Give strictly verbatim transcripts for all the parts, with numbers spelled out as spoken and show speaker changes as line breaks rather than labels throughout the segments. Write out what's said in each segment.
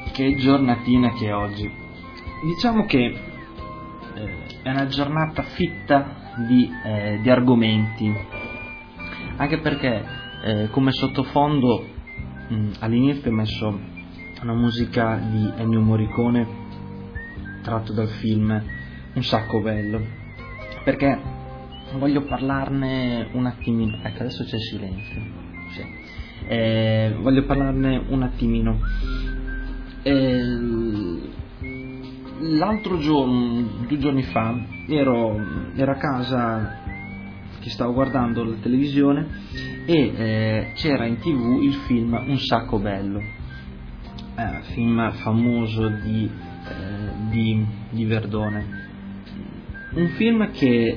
che giornatina che è oggi. Diciamo che eh, è una giornata fitta di, eh, di argomenti, anche perché eh, come sottofondo mh, all'inizio ho messo una musica di Ennio Morricone tratto dal film Un sacco bello, perché voglio parlarne un attimino. Ecco, adesso c'è silenzio. Sì. Eh, voglio parlarne un attimino. Eh, l'altro giorno, due giorni fa, ero, ero a casa che stavo guardando la televisione e eh, c'era in tv il film Un sacco bello, eh, film famoso di, eh, di, di Verdone. Un film che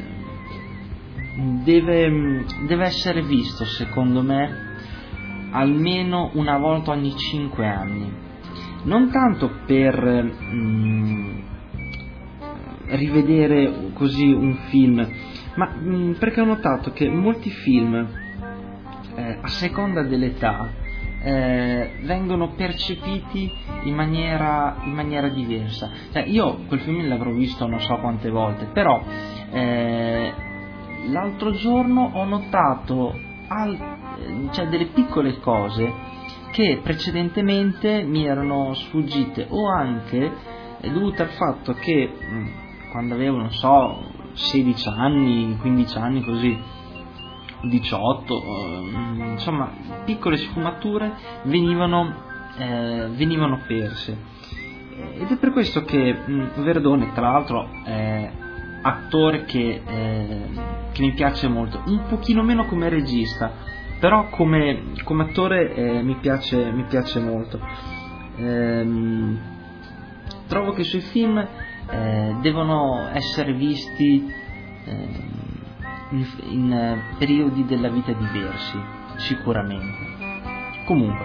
deve, deve essere visto, secondo me, almeno una volta ogni cinque anni. Non tanto per mh, rivedere così un film, ma mh, perché ho notato che molti film, eh, a seconda dell'età, eh, vengono percepiti in maniera, in maniera diversa. Cioè, io quel film l'avrò visto non so quante volte, però eh, l'altro giorno ho notato al, cioè, delle piccole cose che precedentemente mi erano sfuggite, o anche dovute al fatto che mh, quando avevo, non so, sedici anni, quindici anni, così, diciotto, eh, insomma, piccole sfumature venivano, eh, venivano perse. Ed è per questo che mh, Verdone, tra l'altro, è attore che, eh, che mi piace molto, un pochino meno come regista, però come, come attore eh, mi, piace, mi piace molto. Ehm, trovo che i suoi film eh, devono essere visti eh, in, in eh, periodi della vita diversi, sicuramente. Comunque,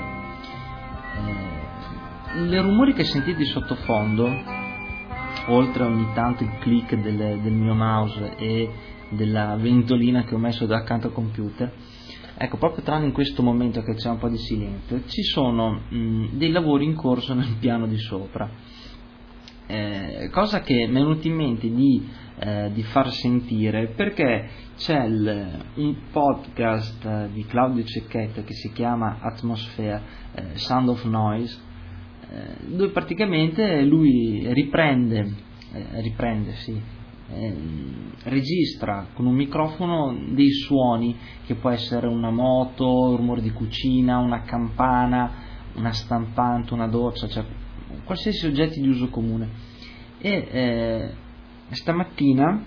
eh, i rumori che sentite di sottofondo, oltre ogni tanto il click del, del mio mouse e della ventolina che ho messo da accanto al computer, ecco, proprio tranne in questo momento che c'è un po' di silenzio, ci sono mh, dei lavori in corso nel piano di sopra, eh, cosa che mi è venuto in mente di, eh, di far sentire, perché c'è il, un podcast di Claudio Cecchetto che si chiama Atmosphere, eh, Sound of Noise, eh, dove praticamente lui riprende, eh, riprende, sì, Eh, registra con un microfono dei suoni, che può essere una moto, un rumore di cucina, una campana, una stampante, una doccia, cioè qualsiasi oggetti di uso comune. E eh, stamattina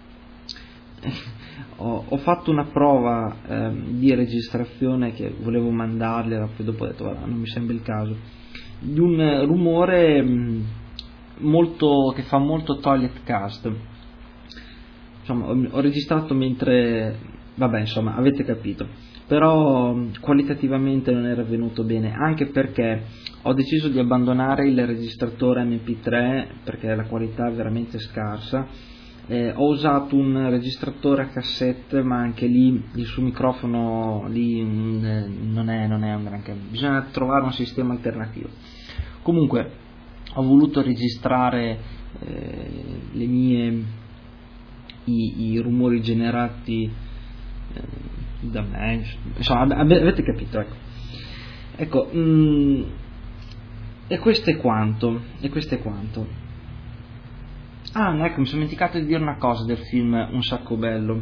ho, ho fatto una prova eh, di registrazione che volevo mandargliela, poi dopo ho detto guarda, non mi sembra il caso, di un rumore mh, molto, che fa molto toilet cast. Insomma, ho registrato mentre, vabbè, insomma, avete capito, però qualitativamente non era venuto bene, anche perché ho deciso di abbandonare il registratore emme pi tre perché la qualità è veramente scarsa. Eh, ho usato un registratore a cassette, ma anche lì il suo microfono lì mh, non è, non è un granché, bisogna trovare un sistema alternativo. Comunque ho voluto registrare eh, le mie I, i rumori generati eh, da me, insomma, avete capito, ecco, ecco mh, e questo è quanto, e questo è quanto. Ah, ecco, mi sono dimenticato di dire una cosa del film Un sacco bello.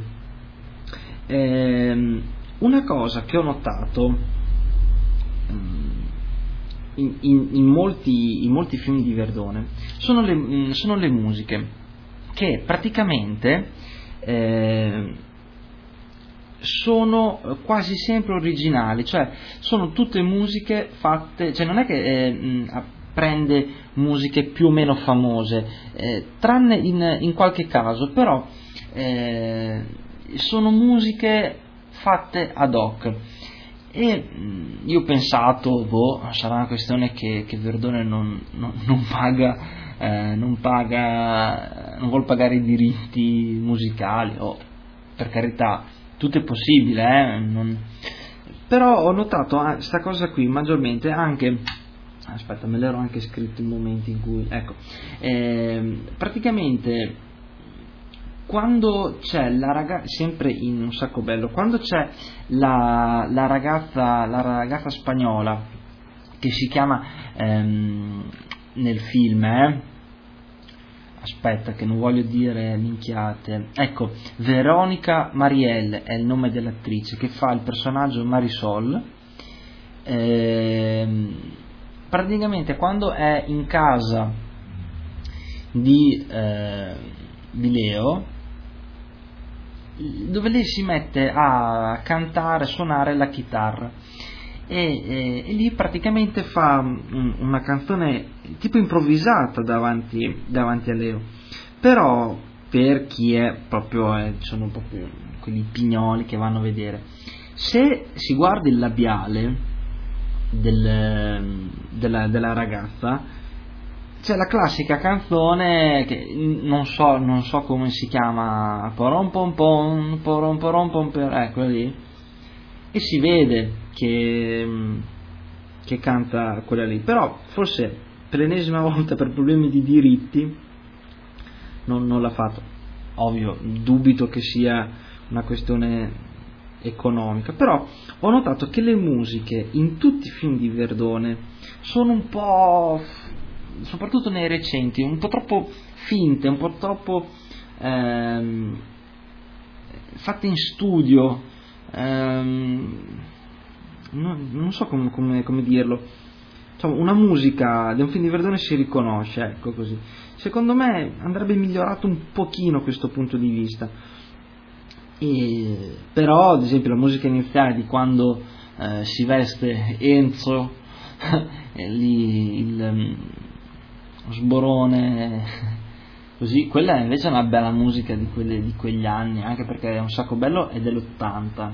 Eh, una cosa che ho notato in, in, in, molti, in molti film di Verdone sono le, sono le musiche, che praticamente eh, sono quasi sempre originali, cioè sono tutte musiche fatte, cioè non è che eh, prende musiche più o meno famose, eh, tranne in, in qualche caso, però eh, sono musiche fatte ad hoc. E io ho pensato, boh, sarà una questione che, che Verdone non, non, non paga Eh, non paga, non vuol pagare i diritti musicali, o oh, per carità, tutto è possibile, eh? Non... però ho notato ah, sta cosa qui maggiormente anche aspetta, me l'ero anche scritto il momento in cui, ecco, eh, praticamente quando c'è la ragazza, sempre in Un sacco bello, quando c'è la, la ragazza la ragazza spagnola che si chiama ehm, nel film, eh, aspetta che non voglio dire minchiate, ecco, Veronica Mariel è il nome dell'attrice che fa il personaggio Marisol. ehm, praticamente quando è in casa di, eh, di Leo, dove lei si mette a cantare, a suonare la chitarra e, e, e lì praticamente fa un, una canzone tipo improvvisata davanti, davanti a Leo, però per chi è proprio, eh, sono proprio quegli pignoli che vanno a vedere, se si guarda il labiale del, della, della ragazza, c'è la classica canzone che non so, non so come si chiama, porom pom pom, porom porom pom per, ecco lì, e si vede che, che canta quella lì, però forse per l'ennesima volta per problemi di diritti non, non l'ha fatto. Ovvio, dubito che sia una questione economica, però ho notato che le musiche in tutti i film di Verdone sono un po', soprattutto nei recenti, un po' troppo finte, un po' troppo ehm, fatte in studio, ehm, non, non so come, come, come dirlo, insomma, una musica di un film di Verdone si riconosce, ecco così. Secondo me andrebbe migliorato un pochino questo punto di vista, e, però ad esempio la musica iniziale di quando eh, si veste Enzo lì il um, sborone così, quella invece è una bella musica di, quelle, di quegli anni, anche perché è Un sacco bello, è dell'ottanta,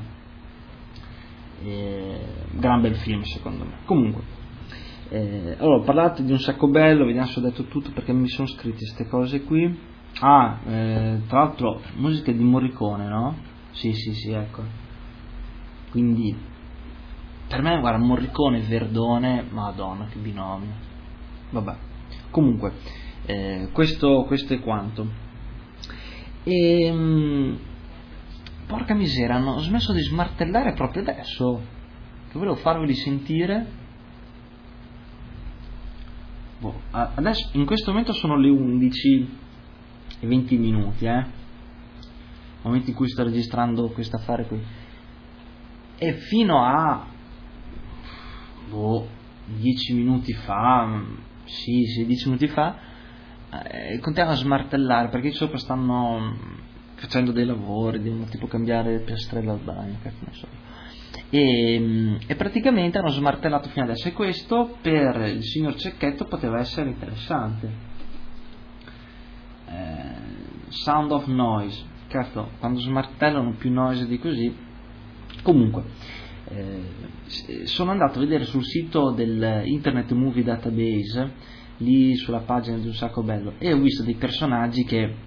e, gran bel film secondo me. Comunque eh, allora ho parlato di Un sacco bello, vediamo se ho detto tutto perché mi sono scritte queste cose qui. Ah, eh, tra l'altro musica di Morricone, no? Sì sì sì, ecco, quindi per me, guarda, Morricone e Verdone, madonna che binomio. Vabbè, comunque eh, questo, questo è quanto. E mh, porca miseria, hanno smesso di smartellare proprio adesso, che volevo farveli sentire. Boh, adesso in questo momento sono le undici e venti minuti, eh momento in cui sto registrando questo affare qui, e fino a boh, dieci minuti fa, sì, sì, dieci minuti fa, eh, continuano a smartellare perché sopra stanno facendo dei lavori, devono tipo cambiare le piastrelle al bagno, cazzo ne so. E, e praticamente hanno smartellato fino adesso, e questo per il signor Cecchetto poteva essere interessante. Eh, sound of noise, cazzo, quando smartellano più noise di così. Comunque eh, sono andato a vedere sul sito del Internet Movie Database, lì sulla pagina di Un sacco bello, e ho visto dei personaggi che eh,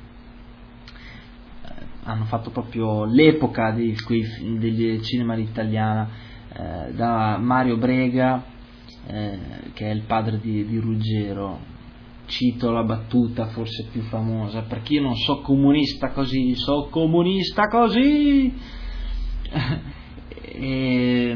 hanno fatto proprio l'epoca di quei, del cinema all'italiana, eh, da Mario Brega, eh, che è il padre di, di Ruggero. Cito la battuta forse più famosa: perché io non so comunista così, so comunista così. e,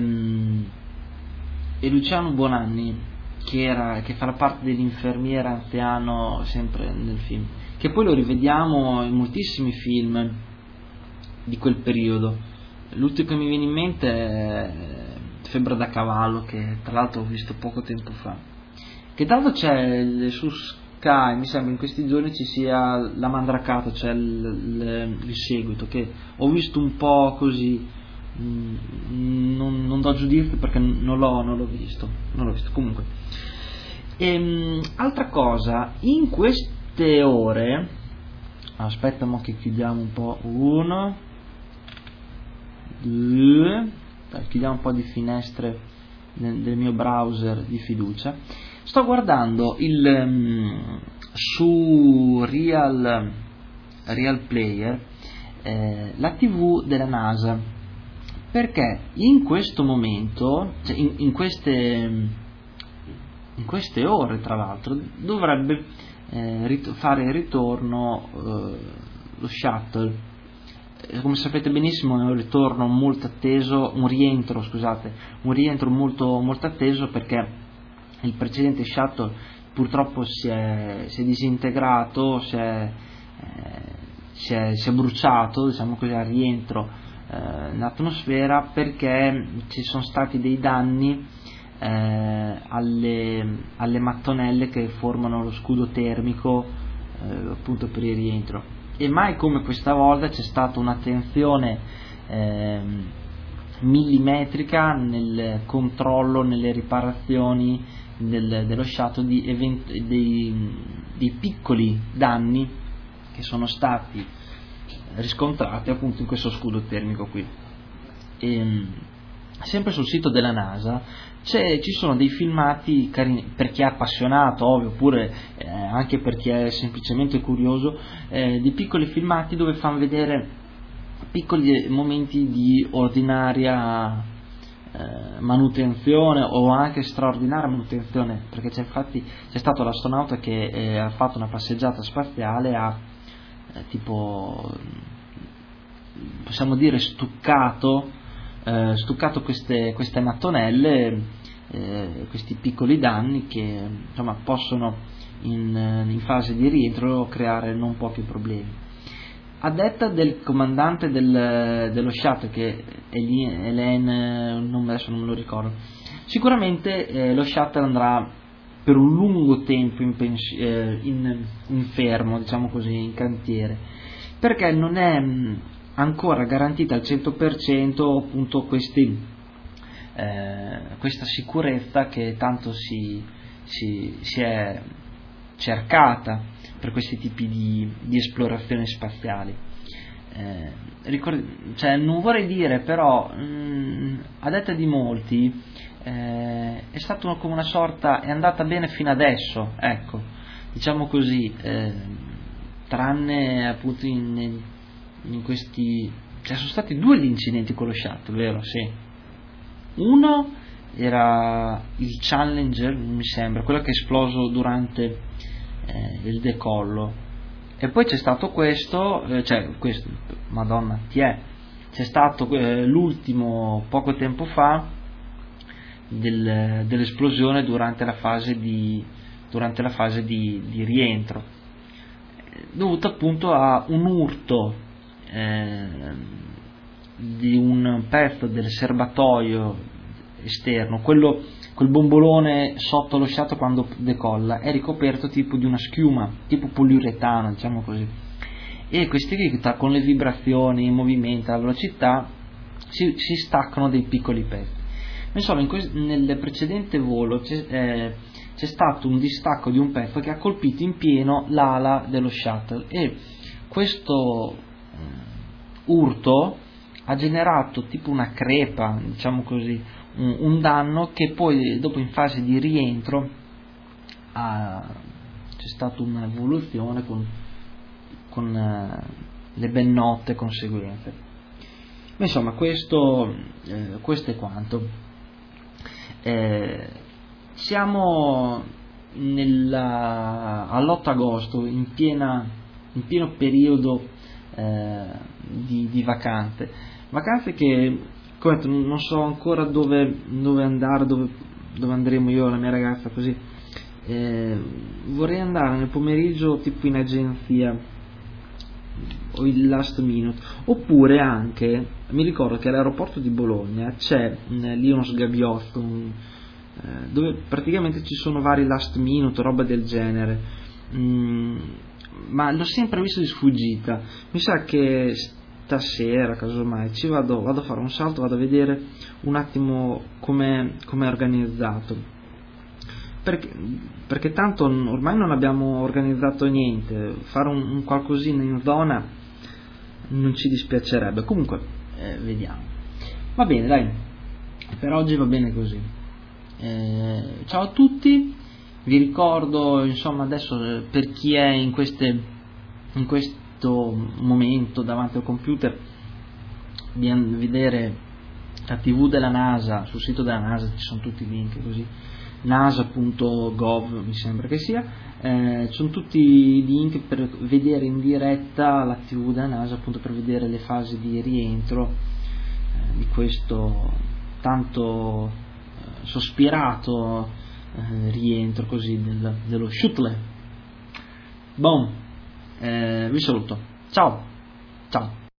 e Luciano Bonanni, che, era, che fa la parte dell'infermiera anziano sempre nel film, che poi lo rivediamo in moltissimi film di quel periodo. L'ultimo che mi viene in mente è Febbre da cavallo, che tra l'altro ho visto poco tempo fa, che tra l'altro c'è su Sky, mi sembra in questi giorni ci sia La Mandracata, cioè il, il, il seguito, che ho visto un po' così, non, non do giudizio perché non l'ho, non l'ho visto non l'ho visto comunque. E, altra cosa, in queste ore, aspetta mo che chiudiamo un po', uno due, dai, chiudiamo un po' di finestre del, del mio browser di fiducia. Sto guardando il um, su Real Real Player eh, la tivù della NASA, perché in questo momento, cioè in, in queste in queste ore tra l'altro dovrebbe eh, rit- fare il ritorno eh, lo shuttle. Come sapete benissimo è un ritorno molto atteso, un rientro scusate, un rientro molto, molto atteso, perché il precedente shuttle purtroppo si è, si è disintegrato, si è, eh, si, è, si è bruciato, diciamo così, al rientro eh, in atmosfera, perché ci sono stati dei danni eh, alle, alle mattonelle che formano lo scudo termico eh, appunto per il rientro. E mai come questa volta c'è stata un'attenzione eh, millimetrica nel controllo, nelle riparazioni del, dello shuttle di event- dei, dei piccoli danni che sono stati riscontrati appunto in questo scudo termico qui. E, sempre sul sito della NASA c'è, ci sono dei filmati carini, per chi è appassionato ovvio, oppure eh, anche per chi è semplicemente curioso, eh, di piccoli filmati dove fanno vedere piccoli momenti di ordinaria eh, manutenzione o anche straordinaria manutenzione, perché c'è infatti c'è stato l'astronauta che eh, ha fatto una passeggiata spaziale, ha eh, tipo possiamo dire stuccato Eh, stuccato queste, queste mattonelle, eh, questi piccoli danni che insomma possono in, in fase di rientro creare non pochi problemi. A detta del comandante del, dello shuttle, che è lì, Hélène, non, adesso non me lo ricordo, sicuramente eh, lo shuttle andrà per un lungo tempo in, pens- eh, in, in fermo, diciamo così, in cantiere, perché non è ancora garantita al cento per cento appunto questi, eh, questa sicurezza che tanto si, si, si è cercata per questi tipi di, di esplorazioni spaziali. Eh, ricord- cioè, non vorrei dire, però mh, a detta di molti eh, è stata una, come una sorta, è andata bene fino adesso, ecco, diciamo così, eh, tranne appunto in in questi, cioè sono stati due gli incidenti con lo shuttle, vero? Sì. Uno era il Challenger, mi sembra, quello che è esploso durante eh, il decollo, e poi c'è stato questo, eh, cioè questo, madonna, ti è, c'è stato eh, l'ultimo poco tempo fa del, dell'esplosione durante la fase di durante la fase di, di rientro, dovuto appunto a un urto Eh, di un pezzo del serbatoio esterno, quello, quel bombolone sotto lo shuttle quando decolla è ricoperto tipo di una schiuma, tipo poliuretano, diciamo così, e questi qui con le vibrazioni, il movimento, la velocità si, si staccano dei piccoli pezzi. Insomma, in que- nel precedente volo c'è, eh, c'è stato un distacco di un pezzo che ha colpito in pieno l'ala dello shuttle, e questo urto ha generato tipo una crepa, diciamo così, un, un danno che poi dopo in fase di rientro ha, c'è stata un'evoluzione con, con uh, le ben note conseguenze. Ma insomma questo, eh, questo è quanto. Eh, siamo nella, all'otto agosto, in, piena, in pieno periodo Eh, di, di vacanze vacanze che come detto, non so ancora dove, dove andare, dove, dove andremo io e la mia ragazza, così eh, vorrei andare nel pomeriggio tipo in agenzia o il last minute, oppure anche mi ricordo che all'aeroporto di Bologna c'è mh, lì uno sgabiotto un, eh, dove praticamente ci sono vari last minute, roba del genere. mm, ma l'ho sempre visto di sfuggita. Mi sa che stasera casomai ci vado, vado a fare un salto, vado a vedere un attimo come è organizzato, perché, perché tanto ormai non abbiamo organizzato niente, fare un, un qualcosina in zona non ci dispiacerebbe. Comunque eh, vediamo. Va bene, dai, per oggi va bene così. Eh, ciao a tutti. Vi ricordo, insomma, adesso per chi è in, queste, in questo momento davanti al computer, di vedere la tivù della NASA, sul sito della NASA ci sono tutti i link, così nasa punto gov mi sembra che sia, eh, sono tutti i link per vedere in diretta la tivù da NASA, appunto per vedere le fasi di rientro eh, di questo tanto eh, sospirato eh, rientro così del, dello Shuttle. Bon, eh, vi saluto, ciao ciao.